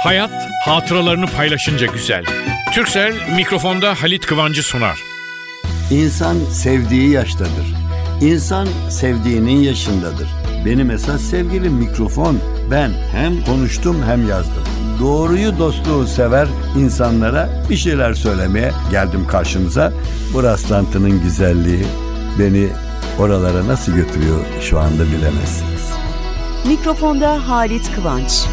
Hayat hatıralarını paylaşınca güzel. Turkcell mikrofonda Halit Kıvancı sunar. İnsan sevdiği yaştadır. İnsan sevdiğinin yaşındadır. Benim esas sevgilim mikrofon. Ben hem konuştum hem yazdım. Doğruyu, dostluğu sever insanlara bir şeyler söylemeye geldim karşınıza. Bu rastlantının güzelliği beni oralara nasıl götürüyor şu anda bilemezsiniz. Mikrofonda Halit Kıvanç.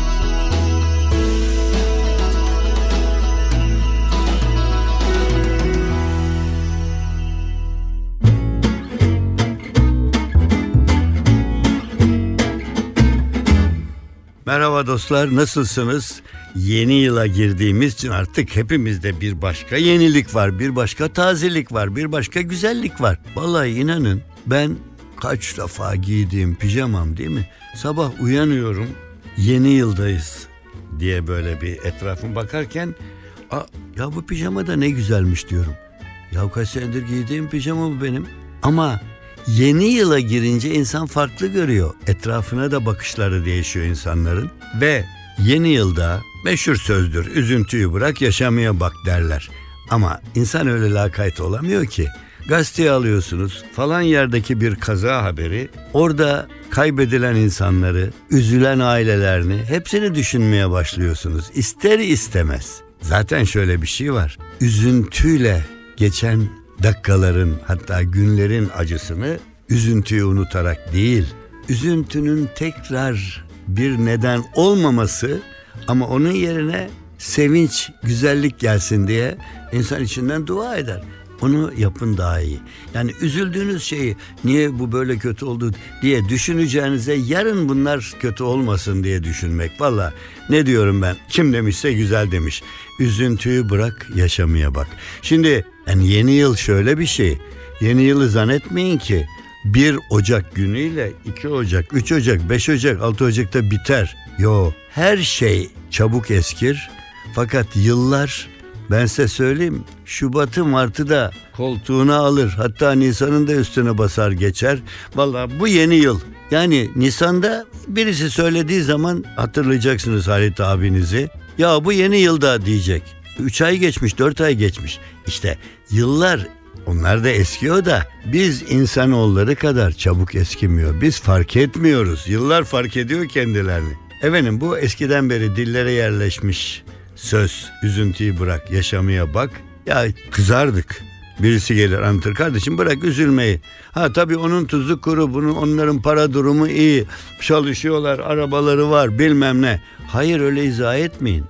Merhaba dostlar, nasılsınız? Yeni yıla girdiğimiz için artık hepimizde bir başka yenilik var, bir başka tazelik var, bir başka güzellik var. Vallahi inanın ben kaç defa giydiğim pijamam değil mi? Sabah uyanıyorum, yeni yıldayız diye böyle bir etrafıma bakarken ya bu pijama da ne güzelmiş diyorum. Ya kaç senedir giydiğim pijama bu benim. Ama yeni yıla girince insan farklı görüyor. Etrafına da bakışları değişiyor insanların. Ve yeni yılda meşhur sözdür, üzüntüyü bırak yaşamaya bak derler. Ama insan öyle lakayt olamıyor ki. Gazeteye alıyorsunuz falan yerdeki bir kaza haberi, orada kaybedilen insanları, üzülen ailelerini hepsini düşünmeye başlıyorsunuz. İster istemez. Zaten şöyle bir şey var. Üzüntüyle geçen dakikaların, hatta günlerin acısını üzüntüyü unutarak değil, üzüntünün tekrar bir neden olmaması ama onun yerine sevinç, güzellik gelsin diye insan içinden dua eder. Onu yapın daha iyi. Yani üzüldüğünüz şeyi niye bu böyle kötü oldu diye düşüneceğinize yarın bunlar kötü olmasın diye düşünmek. Valla ne diyorum ben? Kim demişse güzel demiş. Üzüntüyü bırak, yaşamaya bak. Şimdi yani yeni yıl şöyle bir şey. Yeni yılı zannetmeyin ki 1 Ocak günüyle 2 Ocak, 3 Ocak, 5 Ocak, 6 Ocak'ta biter. Yo, her şey çabuk eskir. Fakat yıllar, ben size söyleyeyim, Şubat'ı Mart'ı da koltuğuna alır. Hatta Nisan'ın da üstüne basar geçer. Vallahi bu yeni yıl. Yani Nisan'da birisi söylediği zaman hatırlayacaksınız Halit abinizi. Ya bu yeni yılda diyecek. 3 ay geçmiş, 4 ay geçmiş. İşte yıllar, onlar da eskiyor da biz insanoğulları kadar çabuk eskimiyor. Biz fark etmiyoruz. Yıllar fark ediyor kendilerini. Efendim, bu eskiden beri dillere yerleşmiş söz, üzüntüyü bırak, yaşamaya bak. Ya kızardık. Birisi gelir anlatır, kardeşim bırak üzülmeyi. Tabii onun tuzu kuru, onların para durumu iyi, çalışıyorlar, arabaları var, bilmem ne. Hayır, öyle izah etmeyin.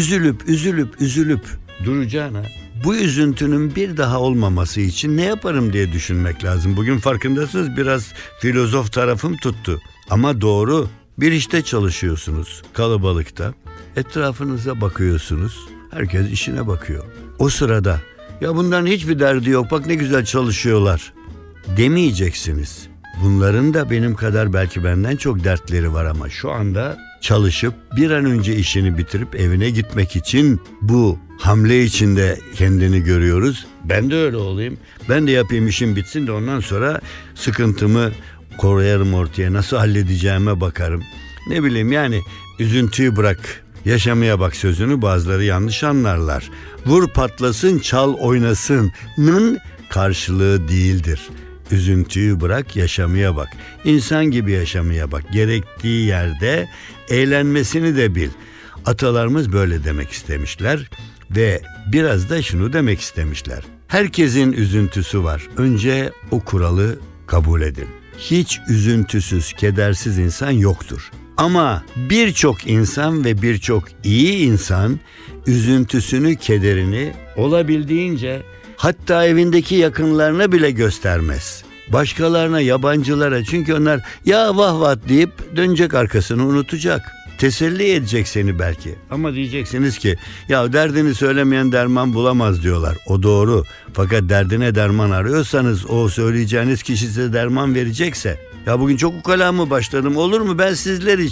Üzülüp duracağına bu üzüntünün bir daha olmaması için ne yaparım diye düşünmek lazım. Bugün farkındasınız, biraz filozof tarafım tuttu. Ama doğru, bir işte çalışıyorsunuz kalabalıkta. Etrafınıza bakıyorsunuz. Herkes işine bakıyor. O sırada ya bunların hiçbir derdi yok, bak ne güzel çalışıyorlar demeyeceksiniz. Bunların da benim kadar, belki benden çok dertleri var ama şu anda çalışıp bir an önce işini bitirip evine gitmek için bu hamle içinde kendini görüyoruz. Ben de öyle olayım. Ben de yapayım, işim bitsin de ondan sonra sıkıntımı koyarım ortaya. Nasıl halledeceğime bakarım. Ne bileyim, yani üzüntüyü bırak, yaşamaya bak sözünü bazıları yanlış anlarlar. Vur patlasın, çal oynasının karşılığı değildir. Üzüntüyü bırak, yaşamaya bak. İnsan gibi yaşamaya bak. Gerektiği yerde eğlenmesini de bil. Atalarımız böyle demek istemişler ve biraz da şunu demek istemişler. Herkesin üzüntüsü var. Önce o kuralı kabul edin. Hiç üzüntüsüz, kedersiz insan yoktur. Ama birçok insan ve birçok iyi insan üzüntüsünü, kederini olabildiğince, hatta evindeki yakınlarına bile göstermez. Başkalarına, yabancılara, çünkü onlar ya vah vah deyip dönecek, arkasını unutacak. Teselli edecek seni belki. Ama diyeceksiniz ki ya derdini söylemeyen derman bulamaz diyorlar. O doğru. Fakat derdine derman arıyorsanız o söyleyeceğiniz kişi size derman verecekse, ya bugün çok ukala mı başladım, olur mu ben sizler için?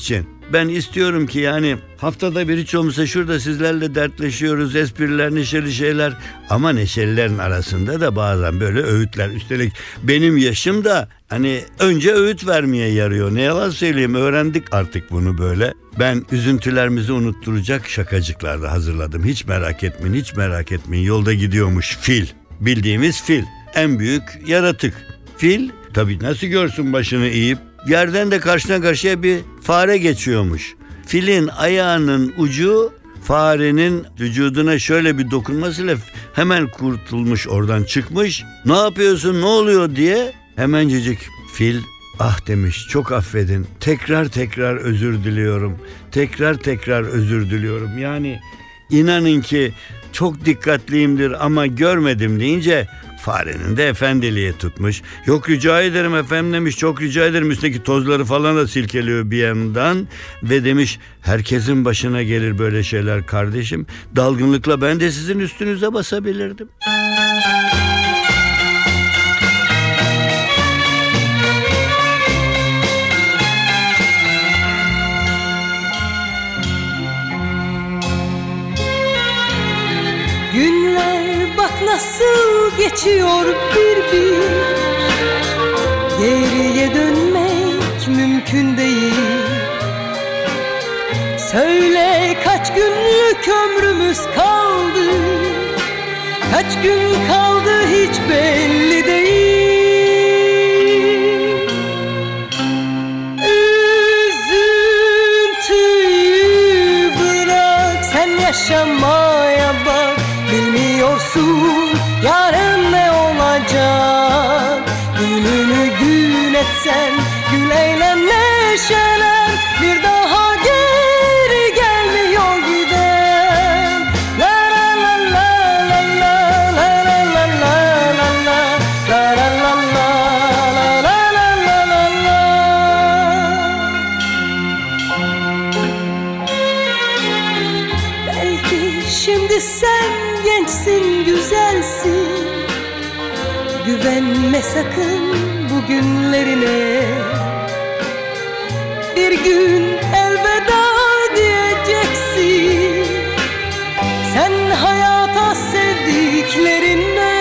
Ben istiyorum ki yani haftada bir hiç olmasa şurada sizlerle dertleşiyoruz, espriler, neşeli şeyler. Ama neşelilerin arasında da bazen böyle öğütler. Üstelik benim yaşım da hani önce öğüt vermeye yarıyor. Ne yalan söyleyeyim, öğrendik artık bunu böyle. Ben üzüntülerimizi unutturacak şakacıklar da hazırladım. Hiç merak etmeyin, hiç merak etmeyin. Yolda gidiyormuş fil. Bildiğimiz fil. En büyük yaratık. Fil tabii nasıl görsün başını eğip. Yerden de karşına karşıya bir fare geçiyormuş. Filin ayağının ucu farenin vücuduna şöyle bir dokunmasıyla hemen kurtulmuş, oradan çıkmış. Ne yapıyorsun, ne oluyor diye hemencecik fil ah demiş, çok affedin, tekrar özür diliyorum, tekrar özür diliyorum. Yani inanın ki çok dikkatliyimdir ama görmedim deyince farenin de efendiliğe tutmuş. Yok rica ederim efendim demiş, çok rica ederim, üstteki tozları falan da silkeliyor bir yandan. Ve demiş herkesin başına gelir böyle şeyler kardeşim. Dalgınlıkla ben de sizin üstünüze basabilirdim. Günler bak nasıl geçiyor bir. Geriye dönmek mümkün değil. Söyle kaç günlük ömrümüz kaldı? Kaç gün kaldı hiç belli değil. Üzüntüyü bırak, sen yaşamaya bak. Bilmiyorsun yarın ne olacak. Gününü gün etsen, gül eğlen neşelen, bir daha geri gelmiyor giden. La la la la la la la la la la la la la la la la. Belki şimdi sen gençsin, güzelsin. Güvenme sakın bugünlerine. Bir gün elveda diyeceksin sen hayata, sevdiklerine.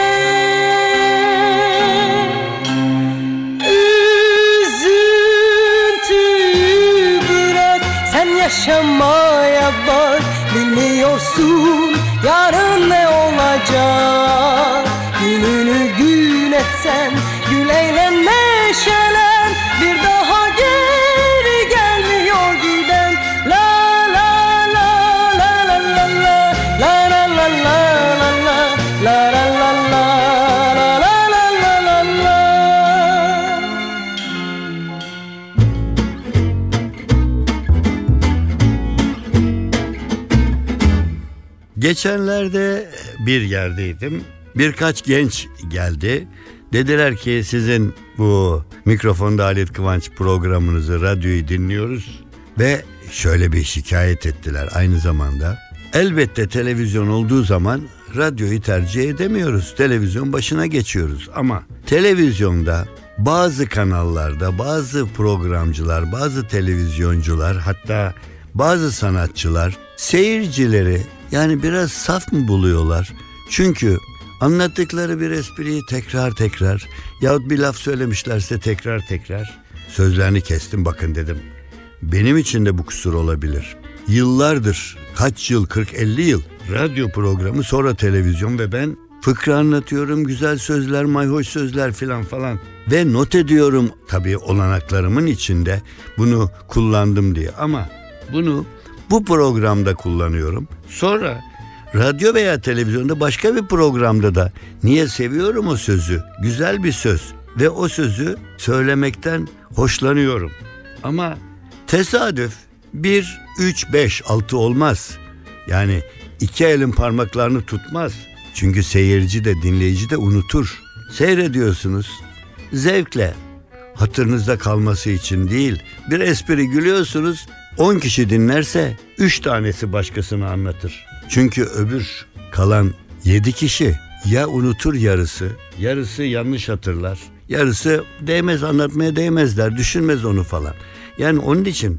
Üzüntüyü bırak, sen yaşamaya bak. Bilmiyorsun yarın ne olacak. Gününü gün etsen, gül eğlen neşelen, bir daha geri gelmiyor giden. La la la la la la la la la la la la la la la la la. Geçenlerde bir yerdeydim. Birkaç genç geldi. Dediler ki sizin bu Mikrofonda Halit Kıvanç programınızı, radyoyu dinliyoruz. Ve şöyle bir şikayet ettiler aynı zamanda. Elbette televizyon olduğu zaman radyoyu tercih edemiyoruz. Televizyon başına geçiyoruz. Ama televizyonda bazı kanallarda bazı programcılar, bazı televizyoncular, hatta bazı sanatçılar seyircileri yani biraz saf mı buluyorlar? Çünkü anlattıkları bir espriyi tekrar yahut bir laf söylemişlerse tekrar sözlerini kestim, bakın dedim. Benim için de bu kusur olabilir. Yıllardır, kaç yıl, 40-50 yıl radyo programı, sonra televizyon ve ben fıkra anlatıyorum, güzel sözler, mayhoş sözler falan ve not ediyorum tabii olanaklarımın içinde bunu kullandım diye, ama bunu bu programda kullanıyorum. Sonra radyo veya televizyonda başka bir programda da niye seviyorum o sözü? Güzel bir söz ve o sözü söylemekten hoşlanıyorum. Ama tesadüf 1, 3, 5, 6 olmaz. Yani 2 elin parmaklarını tutmaz. Çünkü seyirci de dinleyici de unutur. Seyrediyorsunuz zevkle, hatırınızda kalması için değil. Bir espri gülüyorsunuz, 10 kişi dinlerse 3 tanesi başkasına anlatır. Çünkü öbür kalan 7 kişi ya unutur yarısı yanlış hatırlar, yarısı değmez, anlatmaya değmezler, düşünmez onu falan. Yani onun için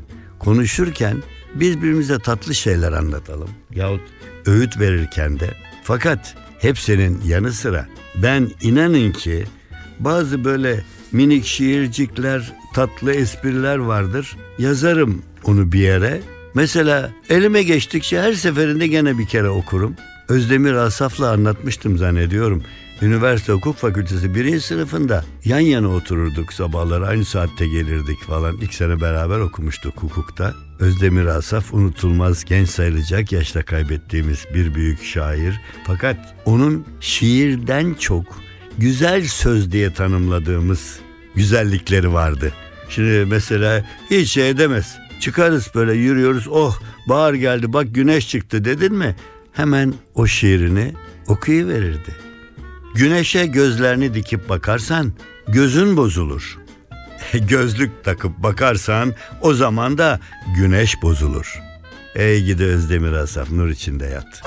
konuşurken biz birbirimize tatlı şeyler anlatalım. Yahut öğüt verirken de. Fakat hepsinin yanı sıra ben inanın ki bazı böyle minik şiircikler, tatlı espriler vardır. Yazarım onu bir yere. Mesela elime geçtikçe her seferinde gene bir kere okurum. Özdemir Asaf'la anlatmıştım zannediyorum. Üniversite Hukuk Fakültesi 1. sınıfında yan yana otururduk, sabahları aynı saatte gelirdik falan. İlk sene beraber okumuştuk hukukta. Özdemir Asaf unutulmaz, genç sayılacak yaşta kaybettiğimiz bir büyük şair. Fakat onun şiirden çok güzel söz diye tanımladığımız güzellikleri vardı. Şimdi mesela hiç şey edemez. Çıkarız böyle, yürüyoruz, oh bahar geldi bak güneş çıktı dedin mi? Hemen o şiirini okuyuverirdi. Güneşe gözlerini dikip bakarsan gözün bozulur. Gözlük takıp bakarsan o zaman da güneş bozulur. Ey gidi Özdemir Asaf, nur içinde yat.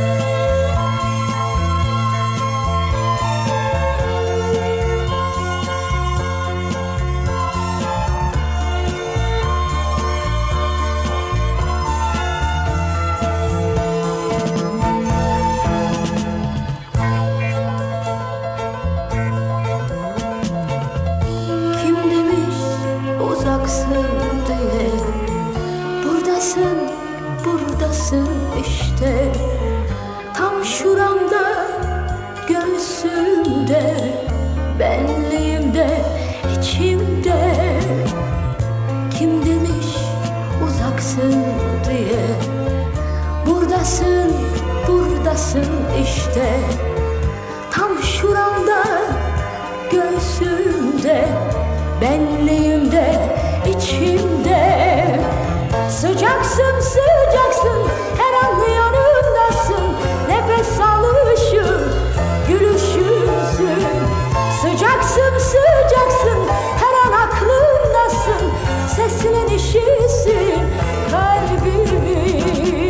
Buradasın işte, tam şuramda, göğsümde, benliğimde, içimde. Kim demiş uzaksın diye? Buradasın, buradasın işte, tam şuramda, göğsümde, benliğimde, içimde. Sıcaksın, sıcaksın, her an yanımdasın. Nefes alışım, gülüşümsün. Sıcaksın, sıcaksın, her an aklımdasın. Sesinin işisin, kalbimin.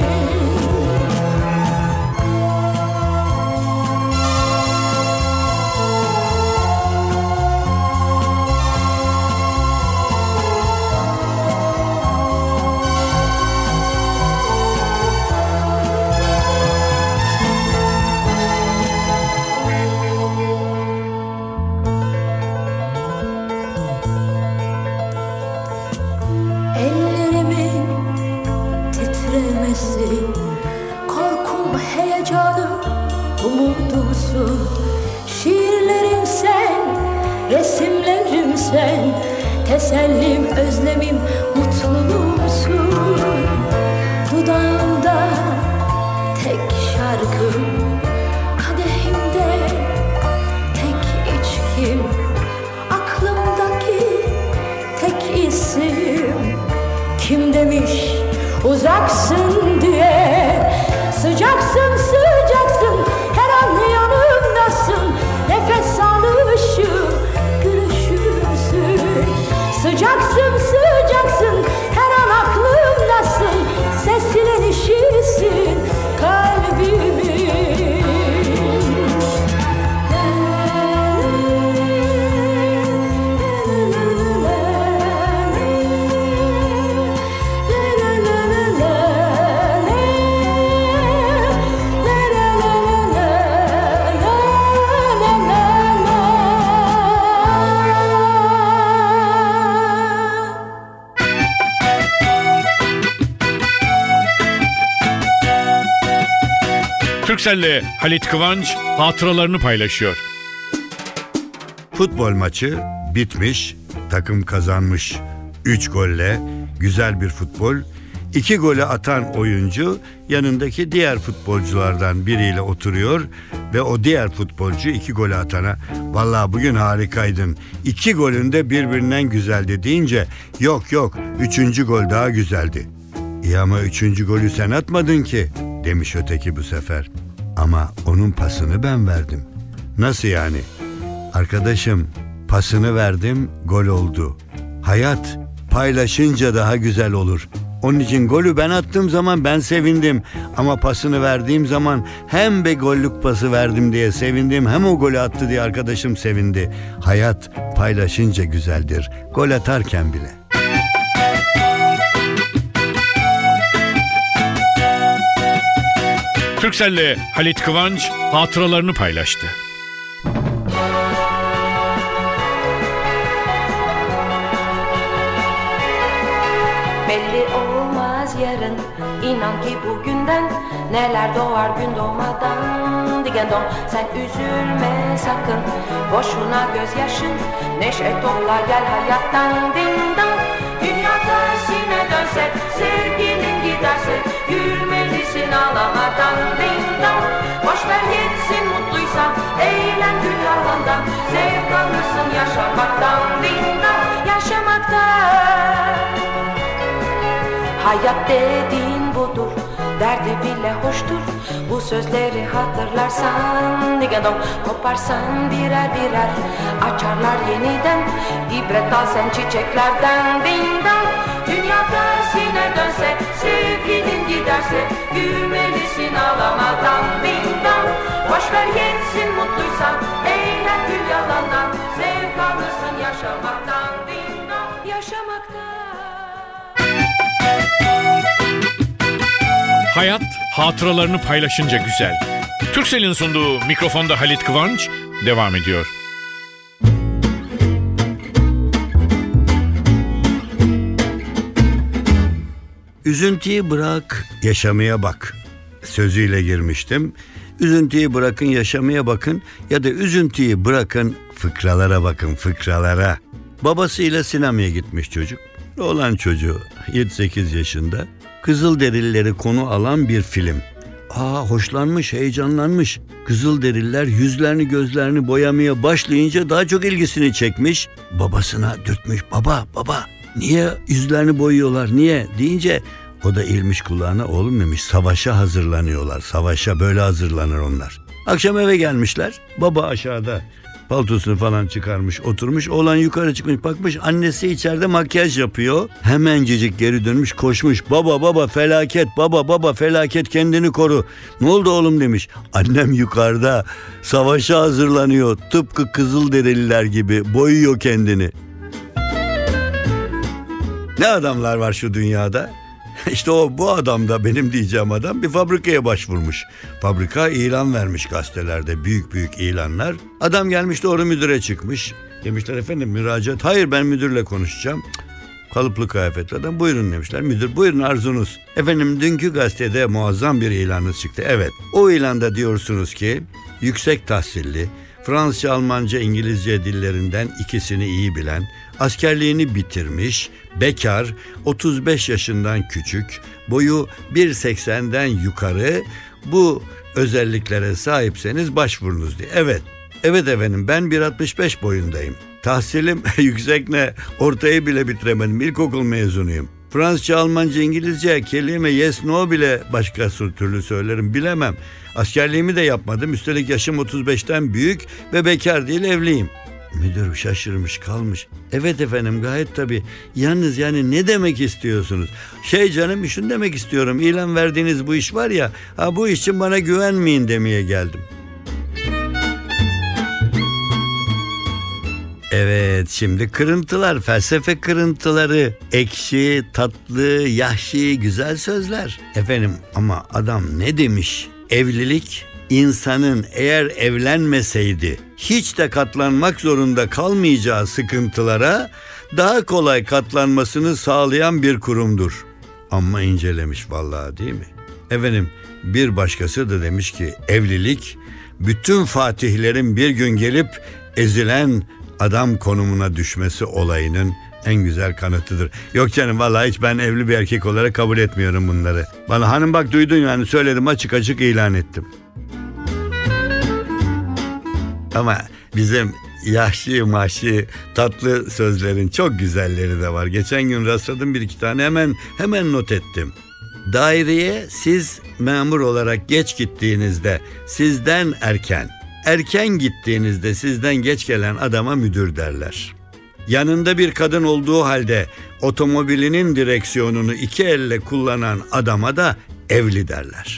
Korkum, heyecanım, umudumsun. Şiirlerim sen, resimlerim sen. Tesellim, özlemim, mutluluğumsun. Dudağımda tek şarkım, kadehimde tek içkim. Aklımdaki tek isim. Kim demiş uzaksın diye? Sıcaksın, sıcaksın, her an yanımdasın. Nefes alışım, gülüşümsün. Sıcaksın, sıcaksın, her an aklımdasın. Sesinin işisin, kalbimin. Türkcell'le Halit Kıvanç hatıralarını paylaşıyor. Futbol maçı bitmiş, takım kazanmış. 3 golle güzel bir futbol. 2 golü atan oyuncu yanındaki diğer futbolculardan biriyle oturuyor ve o diğer futbolcu 2 golü atana "Vallahi bugün harikaydın. 2 golün de birbirinden güzeldi" deyince "Yok, 3. gol daha güzeldi." "İyi ama 3. golü sen atmadın ki" demiş öteki bu sefer. "Ama onun pasını ben verdim." "Nasıl yani?" "Arkadaşım, pasını verdim, gol oldu. Hayat paylaşınca daha güzel olur. Onun için golü ben attığım zaman ben sevindim. Ama pasını verdiğim zaman hem bir gollük pası verdim diye sevindim, hem o golü attı diye arkadaşım sevindi. Hayat paylaşınca güzeldir, gol atarken bile." Turkcell'le Halit Kıvanç hatıralarını paylaştı. Belli olmaz yarın, inan ki bugünden neler doğar gün doğmadan. Digen dong, sen üzülme sakın, boşuna gözyaşın, neşe topla gel hayattan. Ding dong, dünya tersine dönse, sevgilin giderse, gülmelisin ağlamadan. Ding dong, boşver yetsin mutluysan, eğlen gül yalandan, zevk alırsın yaşamaktan. Ding dong, yaşamaktan. Hayat dediğin budur, derdi bile hoştur. Bu sözleri hatırlarsan, digadon koparsan birer birer, açarlar yeniden. İbret al sen çiçeklerden. Ding dong, dünya tersine dönse, sevgilin giderse, gülmelisin ağlamadan. Ding dong, boşver yetsin mutluysan, eğlen gül yalandan, zevk alırsın yaşamaktan. Ding dong, yaşamaktan. Hayat hatıralarını paylaşınca güzel. Turkcell'in sunduğu Mikrofonda Halit Kıvanç devam ediyor. Üzüntüyü bırak, yaşamaya bak sözüyle girmiştim. Üzüntüyü bırakın, yaşamaya bakın ya da üzüntüyü bırakın, fıkralara bakın, fıkralara. Babasıyla sinemaya gitmiş çocuk. Oğlan çocuğu 7-8 yaşında. Kızılderilileri konu alan bir film. Hoşlanmış, heyecanlanmış. Kızılderililer yüzlerini gözlerini boyamaya başlayınca daha çok ilgisini çekmiş. Babasına dürtmüş, baba niye yüzlerini boyuyorlar, niye deyince o da ilmiş kulağına, oğlum demiş, savaşa hazırlanıyorlar, savaşa böyle hazırlanır onlar. Akşam eve gelmişler, baba aşağıda paltosunu falan çıkarmış, oturmuş. Oğlan yukarı çıkmış, bakmış annesi içeride makyaj yapıyor. Hemencecik geri dönmüş, koşmuş. Baba felaket, baba felaket, kendini koru. Ne oldu oğlum demiş. Annem yukarıda savaşa hazırlanıyor. Tıpkı Kızılderililer gibi boyuyor kendini. Ne adamlar var şu dünyada. İşte bu adam da, benim diyeceğim adam, bir fabrikaya başvurmuş. Fabrika ilan vermiş gazetelerde, büyük ilanlar. Adam gelmiş doğru müdüre çıkmış. Demişler efendim müracaat. Hayır, ben müdürle konuşacağım. Kalıplı kıyafetli adam. Buyurun demişler. Müdür, buyurun arzunuz. Efendim dünkü gazetede muazzam bir ilanınız çıktı. Evet, o ilanda diyorsunuz ki yüksek tahsilli, Fransızca, Almanca, İngilizce dillerinden ikisini iyi bilen, askerliğini bitirmiş, bekar, 35 yaşından küçük, boyu 1.80'den yukarı, bu özelliklere sahipseniz başvurunuz diye. Evet efendim, ben 1.65 boyundayım. Tahsilim yüksek ne, ortayı bile bitiremedim, ilkokul mezunuyum. Fransızca, Almanca, İngilizce kelime yes no bile başka türlü söylerim, bilemem. Askerliğimi de yapmadım, üstelik yaşım 35'ten büyük ve bekar değil, evliyim. Müdür şaşırmış kalmış. Evet efendim, gayet tabii. Yalnız yani ne demek istiyorsunuz? Canım, şunu demek istiyorum. İlan verdiğiniz bu iş var ya, bu iş için bana güvenmeyin demeye geldim. Evet, şimdi kırıntılar, felsefe kırıntıları, ekşi, tatlı, yahşi, güzel sözler. Efendim ama adam ne demiş? Evlilik, insanın eğer evlenmeseydi hiç de katlanmak zorunda kalmayacağı sıkıntılara daha kolay katlanmasını sağlayan bir kurumdur. Amma incelemiş vallahi, değil mi? Efendim bir başkası da demiş ki evlilik bütün fatihlerin bir gün gelip ezilen adam konumuna düşmesi olayının en güzel kanıtıdır. Yok canım, vallahi hiç ben evli bir erkek olarak kabul etmiyorum bunları. Bana hanım bak, duydun yani, söyledim, açık ilan ettim. Ama bizim yahşi tatlı sözlerin çok güzelleri de var. Geçen gün rastladım bir iki tane, hemen not ettim. Daireye siz memur olarak geç gittiğinizde sizden erken gittiğinizde sizden geç gelen adama müdür derler. Yanında bir kadın olduğu halde otomobilinin direksiyonunu iki elle kullanan adama da evli derler.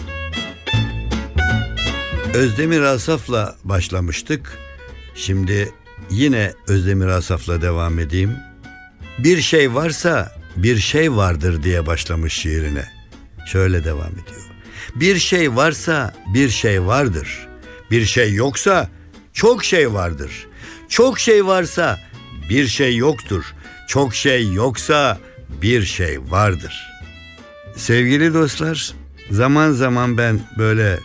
Özdemir Asaf'la başlamıştık. Şimdi yine Özdemir Asaf'la devam edeyim. Bir şey varsa bir şey vardır diye başlamış şiirine. Şöyle devam ediyor. Bir şey varsa bir şey vardır. Bir şey yoksa çok şey vardır. Çok şey varsa bir şey yoktur. Çok şey yoksa bir şey vardır. Sevgili dostlar, zaman zaman ben böyle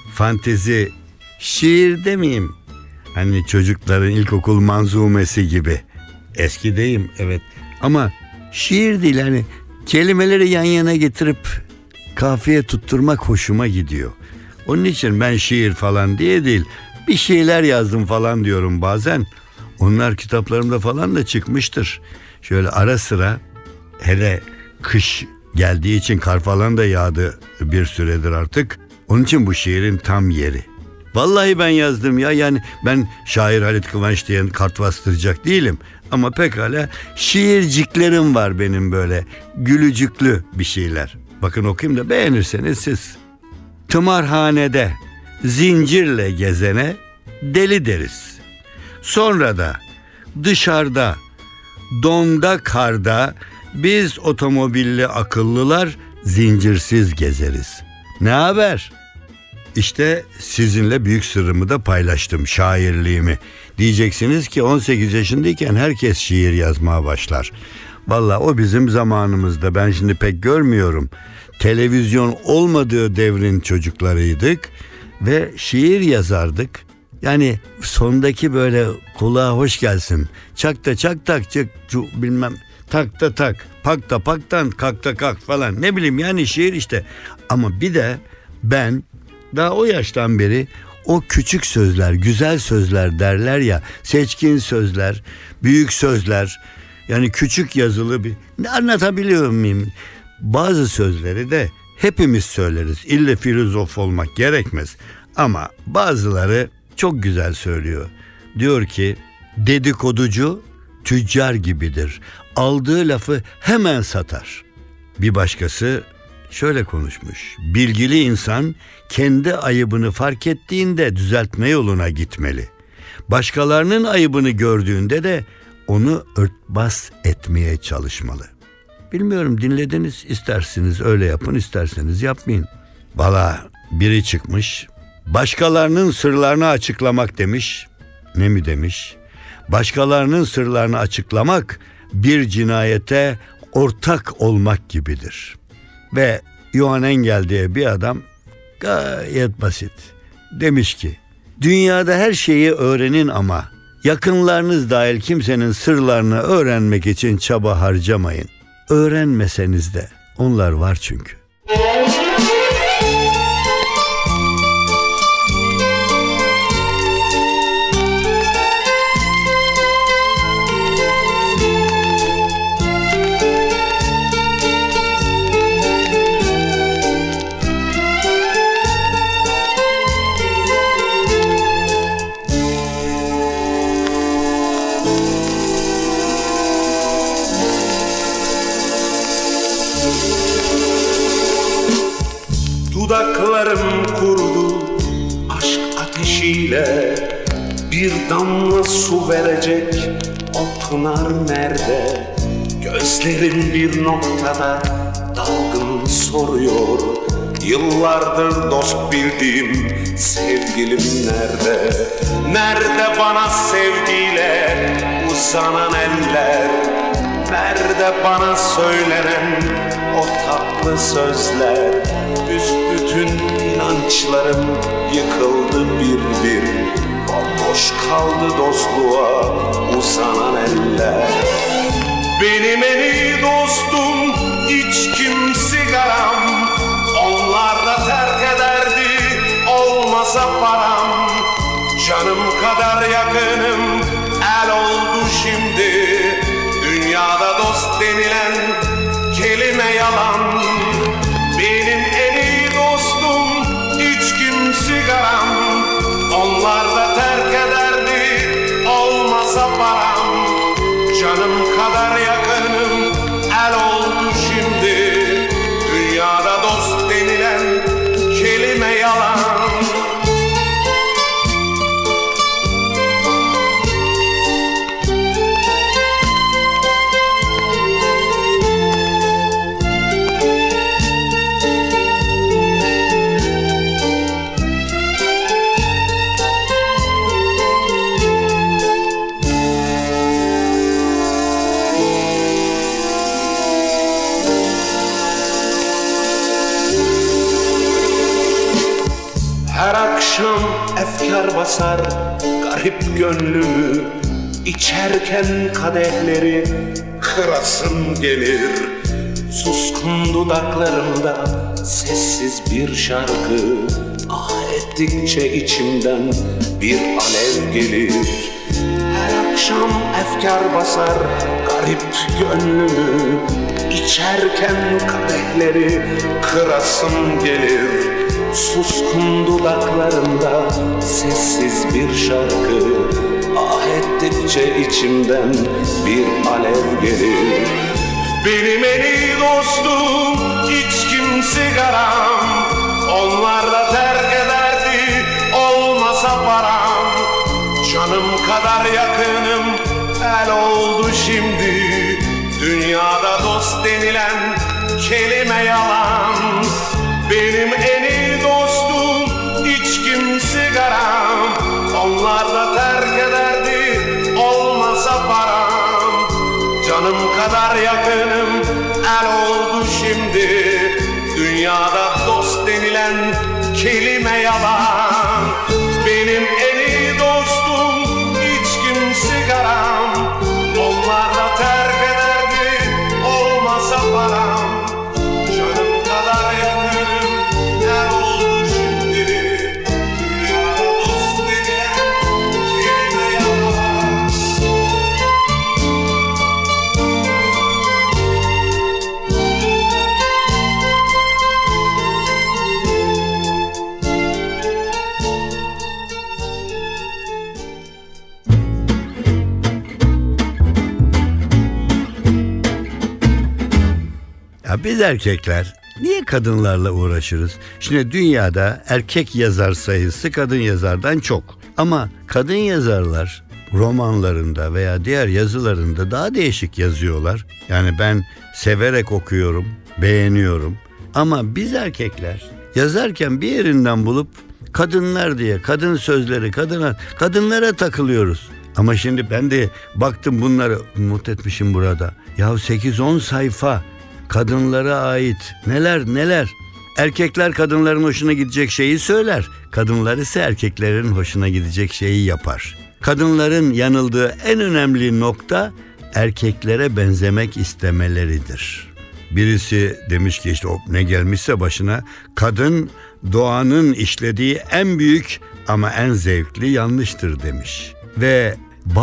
fantezi şiir demeyeyim, hani çocukların ilkokul manzumesi gibi. Eskideyim evet ama şiir değil, hani kelimeleri yan yana getirip kafiye tutturmak hoşuma gidiyor. Onun için ben şiir falan diye değil, bir şeyler yazdım falan diyorum bazen. Onlar kitaplarımda falan da çıkmıştır. Şöyle ara sıra, hele kış geldiği için kar falan da yağdı bir süredir artık. Onun için bu şiirin tam yeri. Vallahi ben yazdım ya, yani ben şair Halit Kıvanç diye kart bastıracak değilim. Ama pekala şiirciklerim var benim, böyle gülücüklü bir şeyler. Bakın okuyayım da beğenirseniz siz. Tımarhanede zincirle gezene deli deriz. Sonra da dışarıda, donda, karda biz otomobilli akıllılar zincirsiz gezeriz. Ne haber? İşte sizinle büyük sırrımı da paylaştım, şairliğimi. Diyeceksiniz ki 18 yaşındayken herkes şiir yazmaya başlar. Vallahi o bizim zamanımızda, ben şimdi pek görmüyorum. Televizyon olmadığı devrin çocuklarıydık ve şiir yazardık. Yani sondaki böyle kulağa hoş gelsin. Çak da çak tak çık bilmem tak da tak, pak da paktan kalk da kalk falan, ne bileyim yani şiir işte. Ama bir de ben daha o yaştan beri o küçük sözler, güzel sözler derler ya, seçkin sözler, büyük sözler, yani küçük yazılı bir, ne anlatabiliyor muyum? Bazı sözleri de hepimiz söyleriz. İlle filozof olmak gerekmez. Ama bazıları çok güzel söylüyor. Diyor ki, dedikoducu tüccar gibidir. Aldığı lafı hemen satar. Bir başkası şöyle konuşmuş. Bilgili insan kendi ayıbını fark ettiğinde düzeltme yoluna gitmeli. Başkalarının ayıbını gördüğünde de onu örtbas etmeye çalışmalı. Bilmiyorum, dinlediniz, isterseniz öyle yapın, isterseniz yapmayın. Valla biri çıkmış, başkalarının sırlarını açıklamak demiş. Ne mi demiş? Başkalarının sırlarını açıklamak bir cinayete ortak olmak gibidir. Ve Johann Engel diye bir adam gayet basit demiş ki, dünyada her şeyi öğrenin ama yakınlarınız dahil kimsenin sırlarını öğrenmek için çaba harcamayın. Öğrenmeseniz de onlar var çünkü. Dudaklarım kurudu aşk ateşiyle, bir damla su verecek o pınar nerede? Gözlerim bir noktada dalgın soruyor, yıllardır dost bildiğim sevgilim nerede? Nerede bana sevgiyle uzanan eller? Nerede bana söylenen o tatlı sözler? Büsbütün inançlarım yıkıldı bir bir, bomboş kaldı dostluğa uzanan eller. Benim en iyi dostum içkim sigaram, onlar da terk ederdi olmasa param. Canım kadar yakınım el oldu şimdi, dünyada dost denilen kelime yalan. Benim en iyi dostum içkim sigaram, onlar da terk ederdi olmasa param. Canım kadar yakınım el oldu şimdi, dünyada dost denilen kelime yalan. akşam efkar basar garip gönlümü, İçerken kadehleri kırasım gelir. Suskun dudaklarımda sessiz bir şarkı, ah ettikçe içimden bir alev gelir. Her akşam efkar basar garip gönlümü, İçerken kadehleri kırasım gelir. Suskun dudaklarımda sessiz bir şarkı, ah ettikçe içimden bir alev gelir. Benim en iyi dostum içkim sigaram, onlar da terk ederdi olmasa param. Canım kadar yakınım el oldu şimdi, dünyada dost denilen kelime yalan. Benim en iyi dostum içkim sigaram, onlar da terk ederdi olmasa param. Canım kadar yakınım el oldu şimdi, dünyada dost denilen kelime yalan. Benim en iyi dostum içkim sigaram, onlar da terk ederdi olmasa param. Canım kadar yakınım el oldu şimdi, dünyada dost denilen kelime yalan. Ya biz erkekler niye kadınlarla uğraşırız? Şimdi dünyada erkek yazar sayısı kadın yazardan çok. Ama kadın yazarlar romanlarında veya diğer yazılarında daha değişik yazıyorlar. Yani ben severek okuyorum, beğeniyorum. Ama biz erkekler yazarken bir yerinden bulup kadınlar diye, kadın sözleri, kadınlara takılıyoruz. Ama şimdi ben de baktım bunları not etmişim burada. Ya 8-10 sayfa kadınlara ait neler. Erkekler kadınların hoşuna gidecek şeyi söyler. Kadınlar ise erkeklerin hoşuna gidecek şeyi yapar. Kadınların yanıldığı en önemli nokta erkeklere benzemek istemeleridir. Birisi demiş ki işte ne gelmişse başına, kadın doğanın işlediği en büyük ama en zevkli yanlıştır demiş. Ve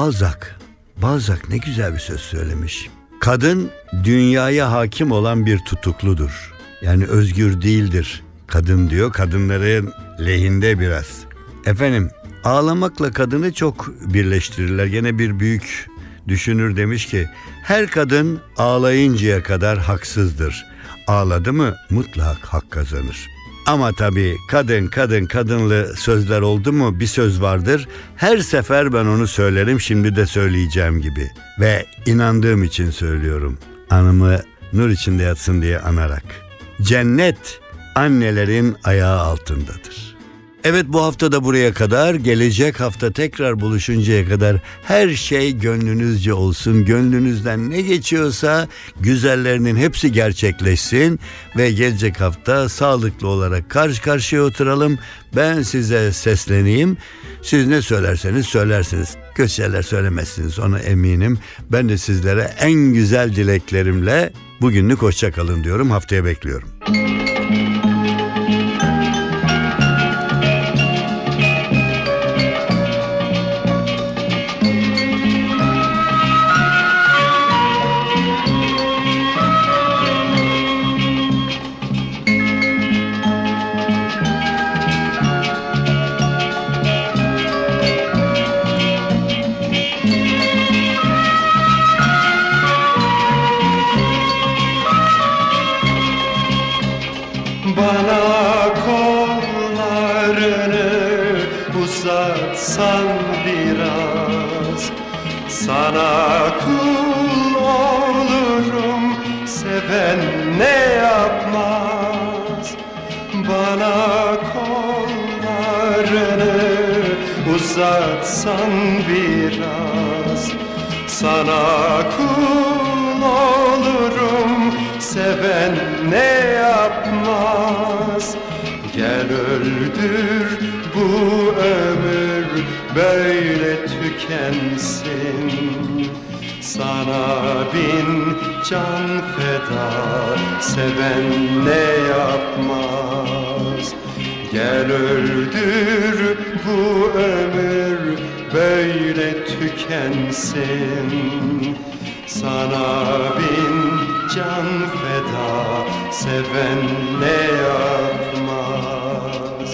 Balzac ne güzel bir söz söylemiş. Kadın dünyaya hakim olan bir tutukludur. Yani özgür değildir. Kadın diyor, kadınların lehinde biraz. Efendim, ağlamakla kadını çok birleştirirler. Gene bir büyük düşünür demiş ki, her kadın ağlayıncaya kadar haksızdır. Ağladı mı mutlak hak kazanır. Ama tabii kadınlı sözler oldu mu bir söz vardır. Her sefer ben onu söylerim, şimdi de söyleyeceğim gibi. Ve inandığım için söylüyorum. Anımı nur içinde yatsın diye anarak. Cennet annelerin ayağı altındadır. Evet, bu hafta da buraya kadar. Gelecek hafta tekrar buluşuncaya kadar her şey gönlünüzce olsun. Gönlünüzden ne geçiyorsa güzellerinin hepsi gerçekleşsin. Ve gelecek hafta sağlıklı olarak karşı karşıya oturalım. Ben size sesleneyim. Siz ne söylerseniz söylersiniz. Kötü şeyler söylemezsiniz, ona eminim. Ben de sizlere en güzel dileklerimle bugünlük hoşça kalın diyorum. Haftaya bekliyorum. Bana kollarını uzatsan biraz, sana kul olurum, seven ne yapmaz. Bana kollarını uzatsan biraz, sana kul olurum, seven ne yapmaz. Gel öldür bu ömür böyle tükensin. Sana bin can feda, seven ne yapmaz? Gel öldür bu ömür böyle tükensin. Sana bin can feda, seven ne yapmaz?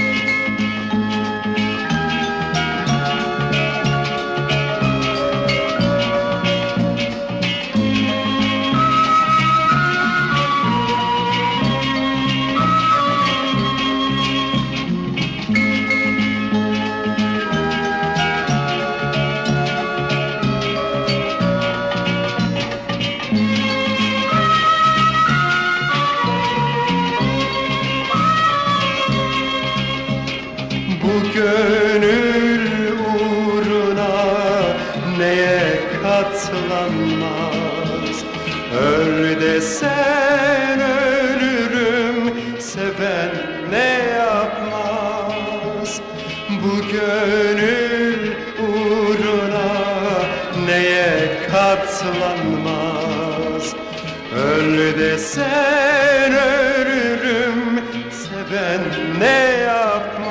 Gönül uğruna neye katlanmaz? Öl desen ölürüm, seven ne yapmaz? Bu gönül uğruna neye katlanmaz? Öl desen ölürüm, seven ne yapmaz?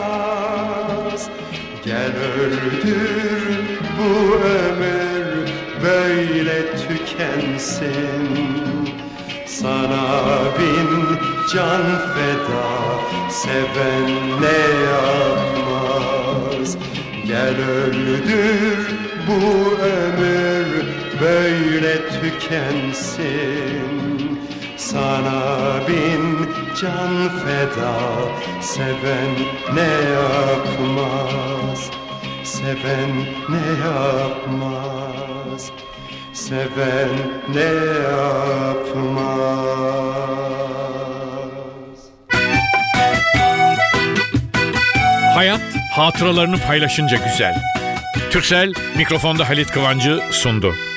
Gel öldür bu ömür böyle tükensin. Sana bin can feda, seven ne yapmaz? Gel öldür bu ömür böyle tükensin. Sana bin can feda, seven ne yapmaz? Seven ne yapmaz? Seven ne yapmaz? Hayat hatıralarını paylaşınca güzel. Türksel mikrofonda Halit Kıvancı sundu.